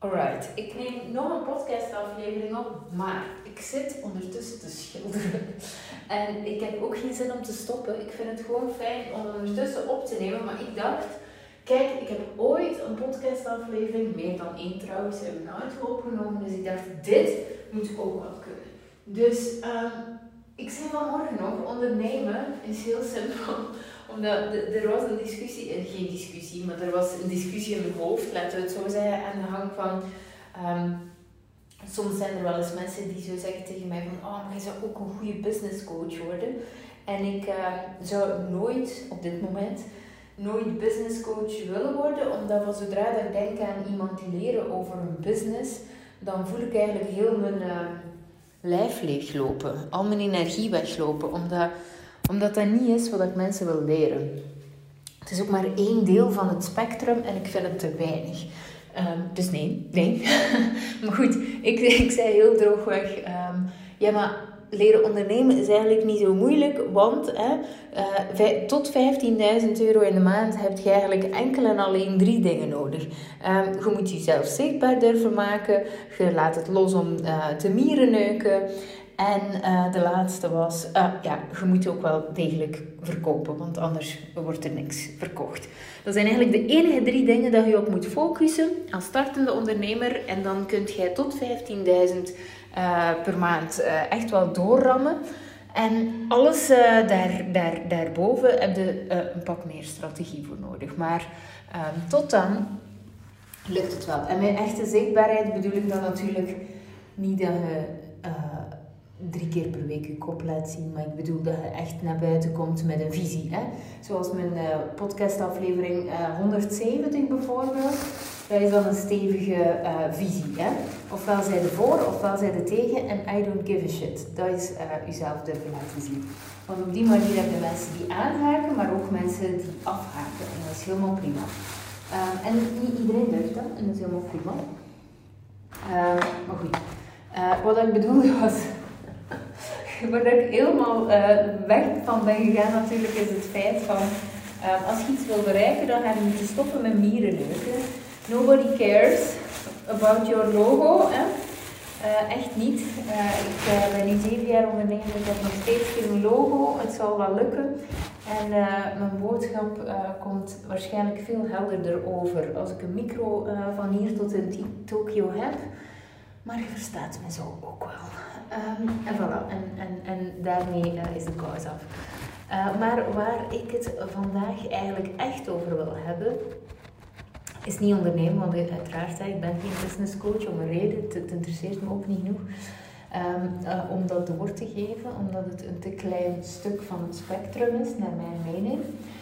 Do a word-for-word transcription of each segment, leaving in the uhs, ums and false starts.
Alright, ik neem nog een podcastaflevering op, maar ik zit ondertussen te schilderen. En ik heb ook geen zin om te stoppen. Ik vind het gewoon fijn om ondertussen op te nemen, maar ik dacht, kijk, ik heb ooit een podcastaflevering, meer dan één trouwens, in mijn auto opgenomen. Dus ik dacht, dit moet ook wel kunnen. Dus um, ik zei vanmorgen nog, ondernemen is heel simpel. Omdat de, er was een discussie, eh, geen discussie, maar er was een discussie in mijn hoofd, laten we het zo zeggen, aan de hand van... Um, soms zijn er wel eens mensen die zo zeggen tegen mij van, oh, maar je zou ook een goede business coach worden. En ik uh, zou nooit, op dit moment, nooit business coach willen worden, omdat van zodra dat ik denk aan iemand leren over een business, dan voel ik eigenlijk heel mijn uh, lijf leeglopen, al mijn energie weglopen, omdat... Omdat dat niet is wat ik mensen wil leren. Het is ook maar één deel van het spectrum en ik vind het te weinig. Um, dus nee, nee. Maar goed, ik, ik zei heel droogweg... Um, ja, maar leren ondernemen is eigenlijk niet zo moeilijk. Want hè, uh, vij, tot vijftienduizend euro in de maand heb je eigenlijk enkel en alleen drie dingen nodig. Um, je moet jezelf zichtbaar durven maken. Je laat het los om uh, te mierenneuken. En uh, de laatste was, uh, ja, je moet ook wel degelijk verkopen, want anders wordt er niks verkocht. Dat zijn eigenlijk de enige drie dingen dat je op moet focussen als startende ondernemer. En dan kun je tot vijftienduizend uh, per maand uh, echt wel doorrammen. En alles uh, daar, daar, daarboven heb je uh, een pak meer strategie voor nodig. Maar uh, tot dan lukt het wel. En met echte zichtbaarheid bedoel ik dan natuurlijk niet dat je... Uh, drie keer per week je kop laat zien, maar ik bedoel dat je echt naar buiten komt met een visie. Hè? Zoals mijn uh, podcastaflevering uh, honderdzeventig bijvoorbeeld. Dat is dan een stevige uh, visie. Hè? Ofwel zij er voor, ofwel zij er tegen en I don't give a shit. Dat is uh, jezelf durven laten zien. Want op die manier heb je mensen die aanhaken, maar ook mensen die afhaken. En dat is helemaal prima. Uh, en niet iedereen durft dat, en dat is helemaal prima. Uh, maar goed. Uh, wat ik bedoelde was... Waar ik helemaal uh, weg van ben gegaan natuurlijk is het feit van uh, als je iets wil bereiken dan ga je moeten stoppen met mierenneuken. Nobody cares about your logo. Hè? Uh, echt niet. Uh, ik uh, ben nu zeven jaar ondernemer, ik heb nog steeds geen logo. Het zal wel lukken. En uh, mijn boodschap uh, komt waarschijnlijk veel helderder over als ik een micro uh, van hier tot in Tokio heb. Maar je verstaat me zo ook wel. Um, en voilà, en, en, en daarmee uh, is de kous af. Uh, maar waar ik het vandaag eigenlijk echt over wil hebben, is niet ondernemen, want uiteraard, ik ben geen business coach om een reden, het, het interesseert me ook niet genoeg. Um, uh, om dat door te geven, omdat het een te klein stuk van het spectrum is, naar mijn mening.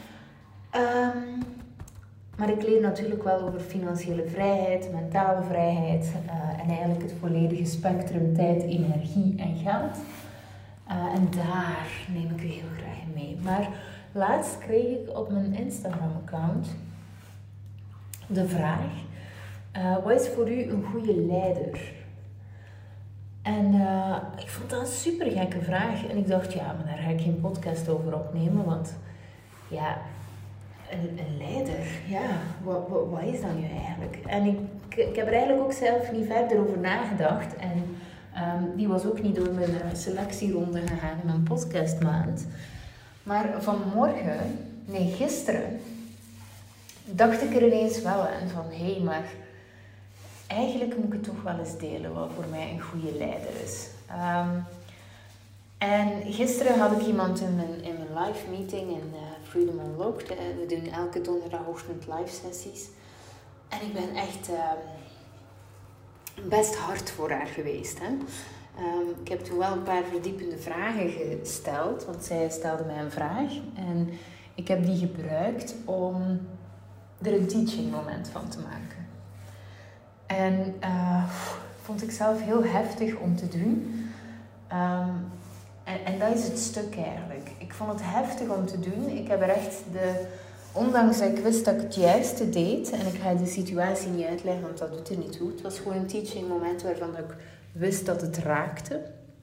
Um, Maar ik leer natuurlijk wel over financiële vrijheid, mentale vrijheid uh, en eigenlijk het volledige spectrum tijd, energie en geld. Uh, en daar neem ik u heel graag in mee. Maar laatst kreeg ik op mijn Instagram-account de vraag, uh, wat is voor u een goede leider? En uh, ik vond dat een super gekke vraag. En ik dacht, ja, maar daar ga ik geen podcast over opnemen, want ja... Een, een leider, ja, wat, wat, wat is dat nu eigenlijk? En ik, ik heb er eigenlijk ook zelf niet verder over nagedacht. En um, die was ook niet door mijn uh, selectieronde gegaan in mijn podcastmaand. Maar vanmorgen, nee gisteren, dacht ik er ineens wel aan van... Hé, hey, maar eigenlijk moet ik het toch wel eens delen wat voor mij een goede leider is. Um, En gisteren had ik iemand in mijn, in mijn live meeting in uh, Freedom Unlocked. Uh, we doen elke donderdagochtend live sessies. En ik ben echt uh, best hard voor haar geweest. Hè? Um, ik heb toen wel een paar verdiepende vragen gesteld. Want zij stelde mij een vraag. En ik heb die gebruikt om er een teaching moment van te maken. En uh, vond ik zelf heel heftig om te doen. Um, En, en dat is het stuk eigenlijk. Ik vond het heftig om te doen. Ik heb er echt de... Ondanks dat ik wist dat ik het juiste deed... En ik ga de situatie niet uitleggen, want dat doet er niet toe. Het was gewoon een teaching moment waarvan ik wist dat het raakte.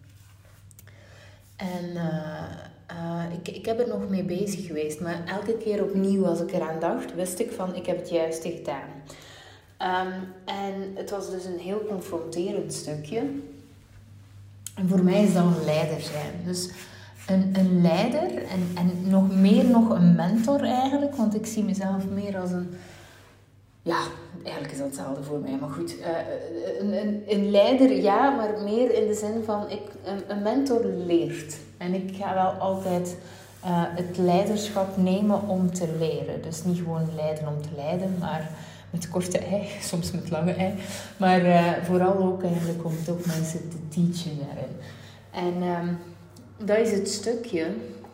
En uh, uh, ik, ik heb er nog mee bezig geweest. Maar elke keer opnieuw als ik eraan dacht, wist ik van... Ik heb het juiste gedaan. Um, en het was dus een heel confronterend stukje. En voor mij is dat een leider zijn. Dus een, een leider en, en nog meer nog een mentor eigenlijk. Want ik zie mezelf meer als een... Ja, eigenlijk is dat hetzelfde voor mij. Maar goed, uh, een, een, een leider ja, maar meer in de zin van... Ik, een, een mentor leert. En ik ga wel altijd uh, het leiderschap nemen om te leren. Dus niet gewoon leiden om te leiden, maar... met korte ei, soms met lange ei. Maar uh, vooral ook eigenlijk om toch mensen te teachen daarin. En um, dat is het stukje.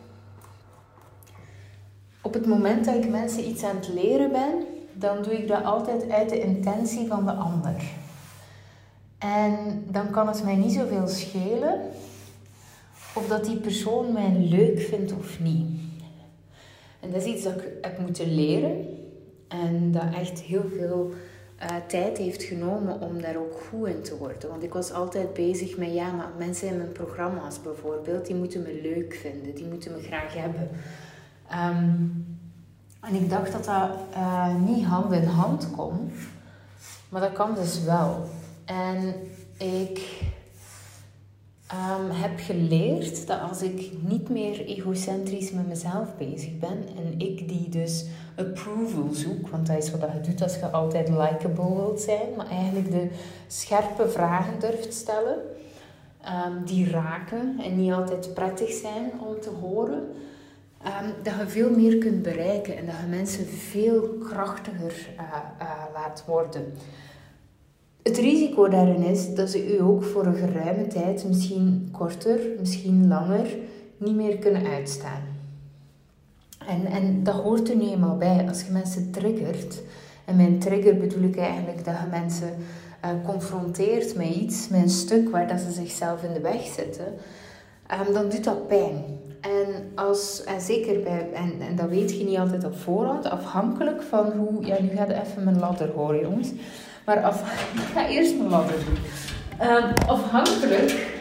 Op het moment dat ik mensen iets aan het leren ben, dan doe ik dat altijd uit de intentie van de ander. En dan kan het mij niet zoveel schelen of dat die persoon mij leuk vindt of niet. En dat is iets dat ik heb moeten leren. En dat echt heel veel uh, tijd heeft genomen om daar ook goed in te worden. Want ik was altijd bezig met, ja, maar mensen in mijn programma's bijvoorbeeld, die moeten me leuk vinden. Die moeten me graag hebben. Um, en ik dacht dat dat uh, niet hand in hand kon. Maar dat kan dus wel. En ik um, heb geleerd dat als ik niet meer egocentrisch met mezelf bezig ben en ik die dus approval zoek, want dat is wat je doet als je altijd likable wilt zijn, maar eigenlijk de scherpe vragen durft stellen, um, die raken en niet altijd prettig zijn om te horen, um, dat je veel meer kunt bereiken en dat je mensen veel krachtiger uh, uh, laat worden. Het risico daarin is dat ze u ook voor een geruime tijd, misschien korter, misschien langer, niet meer kunnen uitstaan. En, en dat hoort er nu eenmaal bij. Als je mensen triggert, en mijn trigger bedoel ik eigenlijk dat je mensen uh, confronteert met iets, met een stuk waar dat ze zichzelf in de weg zetten, um, dan doet dat pijn. En, als, en zeker bij, en, en dat weet je niet altijd op voorhand, afhankelijk van hoe, ja nu gaat even mijn ladder horen jongens, maar af, ik ga eerst mijn ladder doen. Um, afhankelijk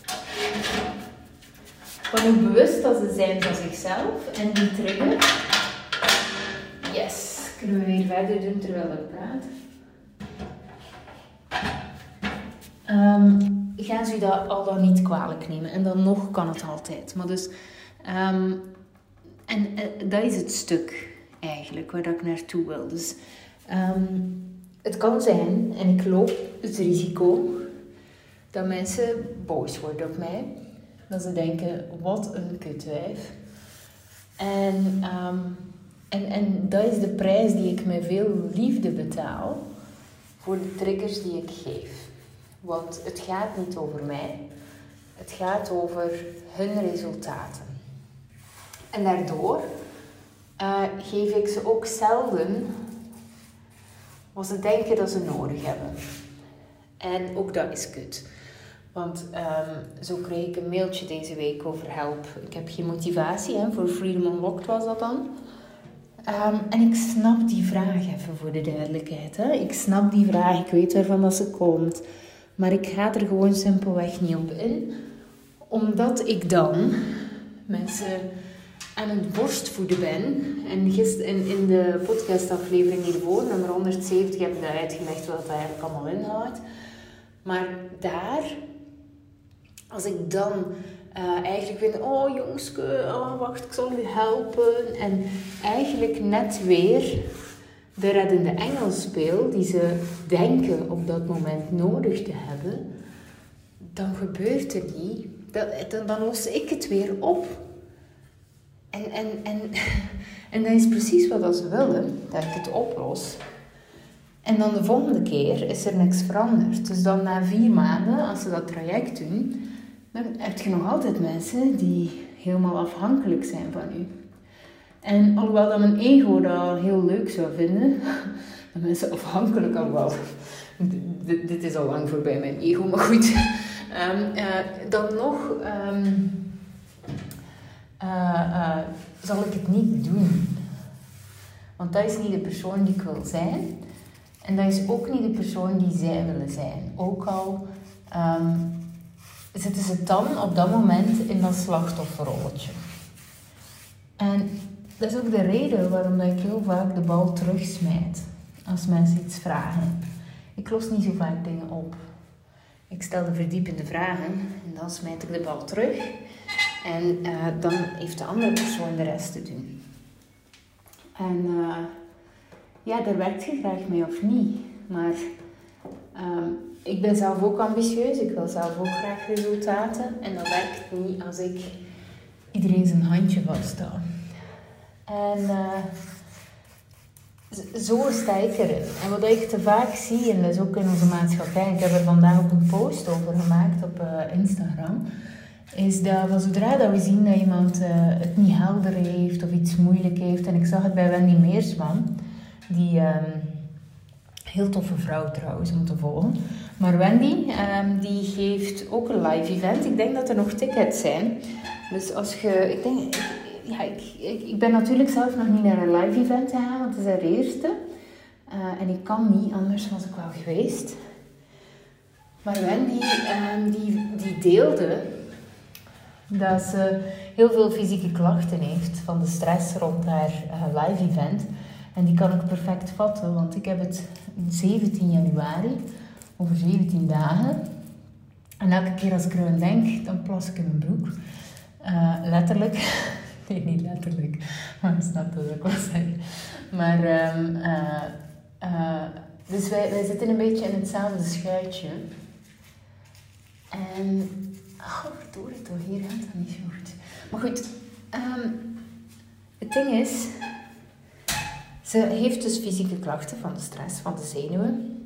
van hoe bewust dat ze zijn van zichzelf en die trigger. Yes, kunnen we weer verder doen terwijl ik praat. Um, gaan ze dat al dan niet kwalijk nemen. En dan nog kan het altijd. Maar dus, um, en uh, dat is het stuk eigenlijk waar dat ik naartoe wil. Dus um, het kan zijn, en ik loop het risico, dat mensen boos worden op mij. Dat ze denken, wat een kutwijf. En, um, en, en dat is de prijs die ik met veel liefde betaal voor de triggers die ik geef. Want het gaat niet over mij. Het gaat over hun resultaten. En daardoor uh, geef ik ze ook zelden wat ze denken dat ze nodig hebben. En ook dat is kut. Want um, zo kreeg ik een mailtje deze week over help. Ik heb geen motivatie, hè, voor Freedom Unlocked was dat dan. Um, en ik snap die vraag, even voor de duidelijkheid. Hè. Ik snap die vraag, ik weet waarvan dat ze komt. Maar ik ga er gewoon simpelweg niet op in. Omdat ik dan mensen aan het borstvoeden ben. En gisteren in, in de podcastaflevering hiervoor, nummer honderdzeventig, heb ik daar uitgelegd wat dat eigenlijk allemaal inhoudt. Maar daar, als ik dan uh, eigenlijk vind, oh jongske, oh, wacht, ik zal u helpen. En eigenlijk net weer de reddende engel speel, die ze denken op dat moment nodig te hebben, dan gebeurt het niet. Dan, dan, dan los ik het weer op. En, en, en, en dat is precies wat ze willen, dat ik het oplos. En dan de volgende keer is er niks veranderd. Dus dan na vier maanden, als ze dat traject doen, dan heb je nog altijd mensen die helemaal afhankelijk zijn van u. En alhoewel dat mijn ego dat heel leuk zou vinden, dat mensen afhankelijk al wel. Dit, dit is al lang voorbij mijn ego, maar goed. Um, uh, dan nog um, uh, uh, zal ik het niet doen. Want dat is niet de persoon die ik wil zijn. En dat is ook niet de persoon die zij willen zijn. Ook al um, zitten ze dan op dat moment in dat slachtofferrolletje. En dat is ook de reden waarom dat ik heel vaak de bal terugsmijt. als mensen iets vragen. Ik los niet zo vaak dingen op. Ik stel de verdiepende vragen en dan smijt ik de bal terug. En uh, dan heeft de andere persoon de rest te doen. En uh, ja, daar werkt je graag mee of niet. Maar um, ik ben zelf ook ambitieus. Ik wil zelf ook graag resultaten. En dat werkt niet als ik iedereen zijn handje vasthoud. En uh, zo sta ik erin. En wat ik te vaak zie, en dat is ook in onze maatschappij, ik heb er vandaag ook een post over gemaakt op uh, Instagram, is dat van zodra dat we zien dat iemand uh, het niet helder heeft of iets moeilijk heeft, en ik zag het bij Wendy Meersman, die um, heel toffe vrouw trouwens om te volgen, maar Wendy um, die geeft ook een live event. Ik denk dat er nog tickets zijn, dus als je, ik denk, ja, ik, ik, ik ben natuurlijk zelf nog niet naar een live event gegaan, want het is haar eerste. Uh, en ik kan niet, anders was ik wel geweest. Maar Wendy, um, die, die deelde dat ze heel veel fysieke klachten heeft van de stress rond haar uh, live event. En die kan ik perfect vatten, want ik heb het zeventien januari, over zeventien dagen. En elke keer als ik eraan denk, dan plas ik in mijn broek. Uh, letterlijk. Nee, niet letterlijk. Maar je snapt wat ik wil zeggen. Maar, um, uh, uh, dus wij, wij zitten een beetje in hetzelfde schuitje. En, oh, verdorie toch, hier gaat dat niet zo goed. Maar goed, um, het ding is, ze heeft dus fysieke klachten van de stress, van de zenuwen.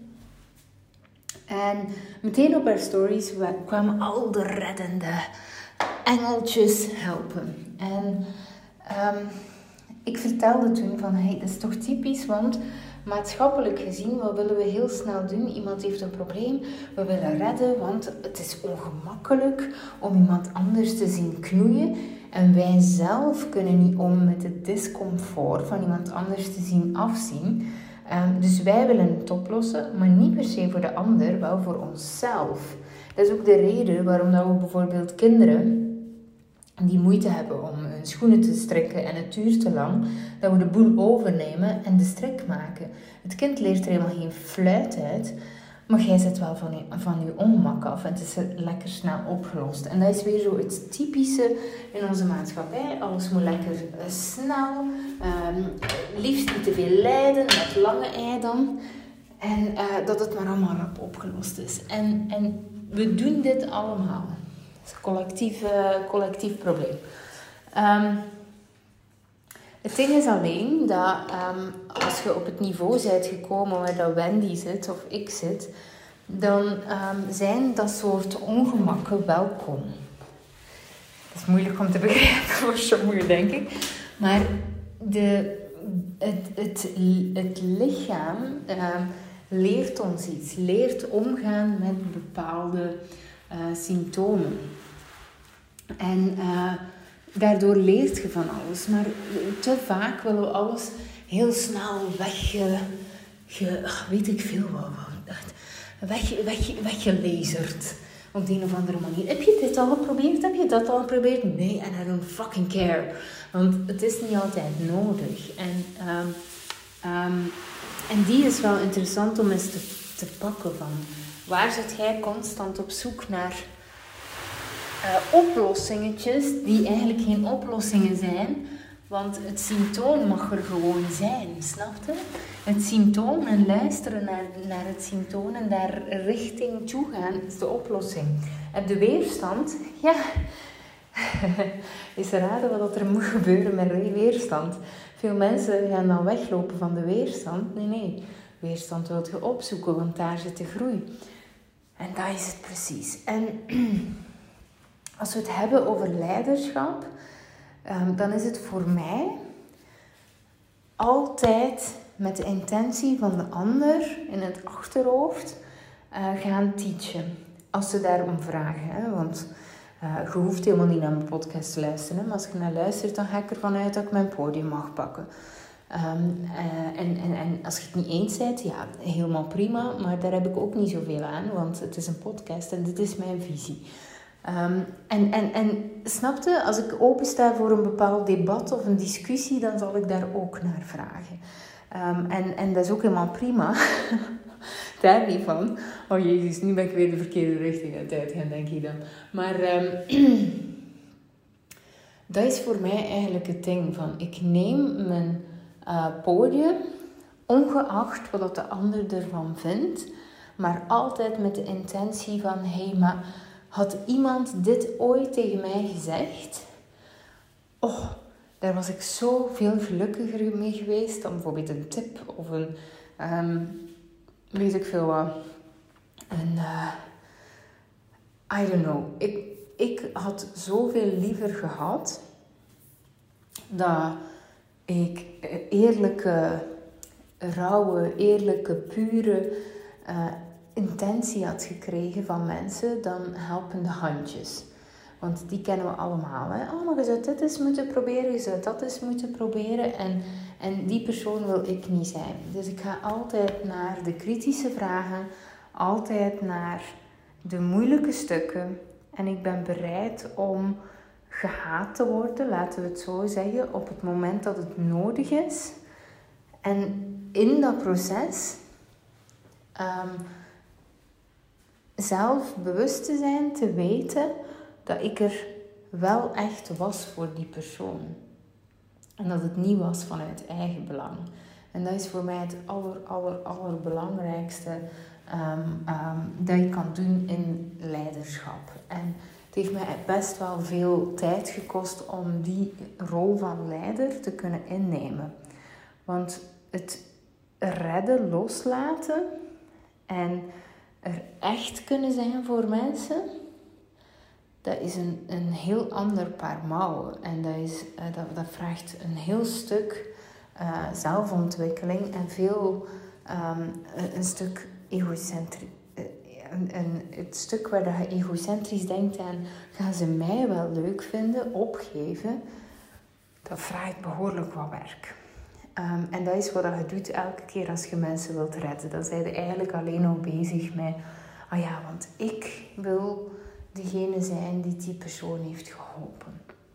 En meteen op haar stories kwamen al de reddende engeltjes helpen. En um, ik vertelde toen van, hey, dat is toch typisch, want maatschappelijk gezien, wat willen we heel snel doen? Iemand heeft een probleem, we willen redden, want het is ongemakkelijk om iemand anders te zien knoeien. En wij zelf kunnen niet om met het discomfort van iemand anders te zien afzien. Um, dus wij willen het oplossen, maar niet per se voor de ander, wel voor onszelf. Dat is ook de reden waarom dat we bijvoorbeeld kinderen die moeite hebben om hun schoenen te strikken en het duurt te lang, dat we de boel overnemen en de strik maken. Het kind leert er helemaal geen fluit uit, maar jij zit wel van je, van je ongemak af en het is lekker snel opgelost. En dat is weer zo het typische in onze maatschappij. Alles moet lekker uh, snel, um, liefst niet te veel lijden, met lange ei dan. En uh, dat het maar allemaal rap opgelost is. En, en we doen dit allemaal. Het is een collectief, uh, collectief probleem. Um, het ding is alleen dat um, als je op het niveau bent gekomen waar dat Wendy zit of ik zit, dan um, zijn dat soort ongemakken welkom. Dat is moeilijk om te begrijpen voor sommigen, denk ik. Maar de, het, het, het lichaam um, leert ons iets, leert omgaan met bepaalde uh, symptomen. En uh, daardoor leert je van alles. Maar te vaak willen we alles heel snel wegge... Ge, weet ik veel wat. Weg, weg, weggelezerd. Op de een of andere manier. Heb je dit al geprobeerd? Heb je dat al geprobeerd? Nee, en I don't fucking care. Want het is niet altijd nodig. En, um, um, en die is wel interessant om eens te, te pakken van. Waar zit jij constant op zoek naar uh, oplossingetjes die eigenlijk geen oplossingen zijn? Want het symptoom mag er gewoon zijn, snap je? Het symptoom en luisteren naar, naar het symptoom en daar richting toe gaan is de oplossing. En de weerstand, ja, is raden wat er moet gebeuren met weerstand. Veel mensen gaan dan weglopen van de weerstand. Nee, nee, weerstand wil je opzoeken, want daar zit de groei. En dat is het precies. En als we het hebben over leiderschap, um, dan is het voor mij altijd met de intentie van de ander in het achterhoofd uh, gaan teachen. Als ze daarom vragen. Hè? Want uh, je hoeft helemaal niet naar mijn podcast te luisteren. Hè? Maar als je naar luistert, dan ga ik ervan uit dat ik mijn podium mag pakken. Um, uh, en, en, en als je het niet eens bent, ja, helemaal prima. Maar daar heb ik ook niet zoveel aan. Want het is een podcast en dit is mijn visie. Um, en, en, en snapte, als ik opensta voor een bepaald debat of een discussie, dan zal ik daar ook naar vragen. Um, en, en dat is ook helemaal prima. Daar niet van. Oh jezus, nu ben ik weer de verkeerde richting aan het uitgaan, denk ik dan. Maar um, dat is voor mij eigenlijk het ding van... Ik neem mijn uh, podium, ongeacht wat de ander ervan vindt... maar altijd met de intentie van... Hé, hey, maar had iemand dit ooit tegen mij gezegd? Oh, daar was ik zo veel gelukkiger mee geweest... dan bijvoorbeeld een tip of een... Um, weet ik veel wat... Een... Uh, I don't know. Ik, ik had zoveel liever gehad... dat ik eerlijke, rauwe, eerlijke, pure uh, intentie had gekregen van mensen dan helpende handjes. Want die kennen we allemaal. Hè? Oh, maar je zou dit eens moeten proberen, je zou dat eens moeten proberen. En, en die persoon wil ik niet zijn. Dus ik ga altijd naar de kritische vragen, altijd naar de moeilijke stukken. En ik ben bereid om gehaat te worden, laten we het zo zeggen, op het moment dat het nodig is. En in dat proces um, zelf bewust te zijn, te weten dat ik er wel echt was voor die persoon. En dat het niet was vanuit eigen belang. En dat is voor mij het aller, aller, allerbelangrijkste um, um, dat je kan doen in leiderschap. En het heeft mij best wel veel tijd gekost om die rol van leider te kunnen innemen. Want het redden, loslaten en er echt kunnen zijn voor mensen, dat is een, een heel ander paar mouwen. En dat, is, uh, dat, dat vraagt een heel stuk uh, zelfontwikkeling en veel, um, een, een stuk egocentrie. Een, een, het stuk waar je egocentrisch denkt aan, gaan ze mij wel leuk vinden, opgeven, dat vraagt behoorlijk wat werk. Um, en dat is wat je doet elke keer als je mensen wilt redden. Dan zijn je eigenlijk alleen al bezig met, ah ja, want ik wil degene zijn die die persoon heeft geholpen.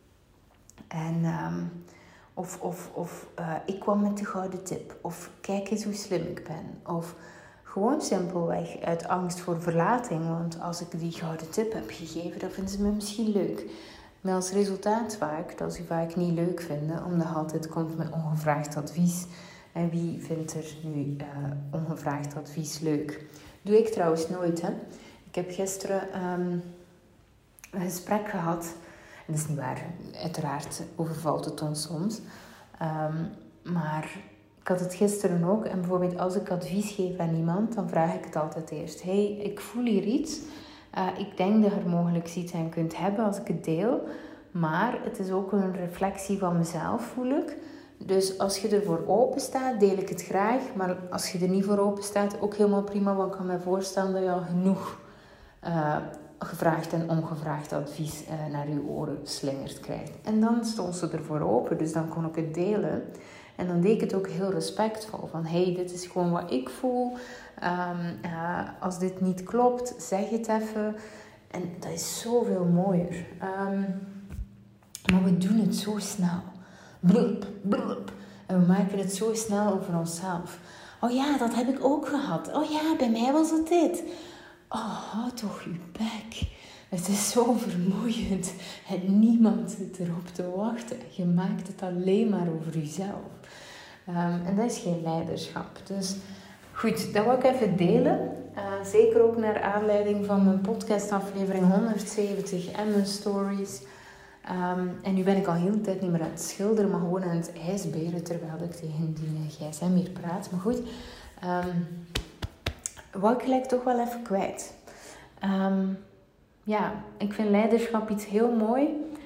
En, um, of of, of uh, ik kwam met de gouden tip. Of kijk eens hoe slim ik ben. Of gewoon simpelweg uit angst voor verlating. Want als ik die gouden tip heb gegeven, dan vinden ze me misschien leuk. Maar als resultaat vaak dat ze vaak niet leuk vinden. Omdat je altijd komt met ongevraagd advies. En wie vindt er nu uh, ongevraagd advies leuk? Doe ik trouwens nooit, hè. Ik heb gisteren um, een gesprek gehad. En dat is niet waar. Uiteraard overvalt het ons soms. Um, maar... Ik had het gisteren ook. En bijvoorbeeld als ik advies geef aan iemand, dan vraag ik het altijd eerst. Hey, ik voel hier iets. Uh, ik denk dat je er mogelijk iets aan kunt hebben als ik het deel. Maar het is ook een reflectie van mezelf, voel ik. Dus als je ervoor open staat, deel ik het graag. Maar als je er niet voor open staat, ook helemaal prima. Want ik kan me voorstellen dat je al genoeg uh, gevraagd en ongevraagd advies uh, naar je oren slingerd krijgt. En dan stond ze ervoor open. Dus dan kon ik het delen. En dan deed ik het ook heel respectvol. Van, hey, dit is gewoon wat ik voel. Um, uh, als dit niet klopt, zeg het even. En dat is zoveel mooier. Um, maar we doen het zo snel. Blub, blub. En we maken het zo snel over onszelf. Oh ja, dat heb ik ook gehad. Oh ja, bij mij was het dit. Oh, houd toch je bek. Het is zo vermoeiend. En niemand zit erop te wachten. Je maakt het alleen maar over jezelf. Um, en dat is geen leiderschap. Dus goed, dat wil ik even delen. Uh, zeker ook naar aanleiding van mijn podcastaflevering honderdzeventig en mijn stories. Um, en nu ben ik al heel de tijd niet meer aan het schilderen, maar gewoon aan het ijsberen terwijl ik tegen die gsm hier praat. Maar goed, um, wou ik gelijk toch wel even kwijt. Um, ja, ik vind leiderschap iets heel mooi.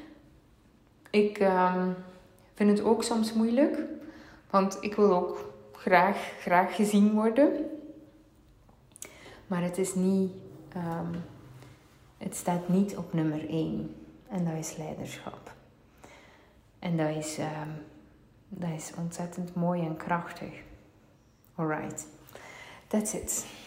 Ik um, vind het ook soms moeilijk, want ik wil ook graag, graag gezien worden. Maar het is niet, um, het staat niet op nummer één. En dat is leiderschap. En dat is, um, dat is ontzettend mooi en krachtig. Alright, that's it.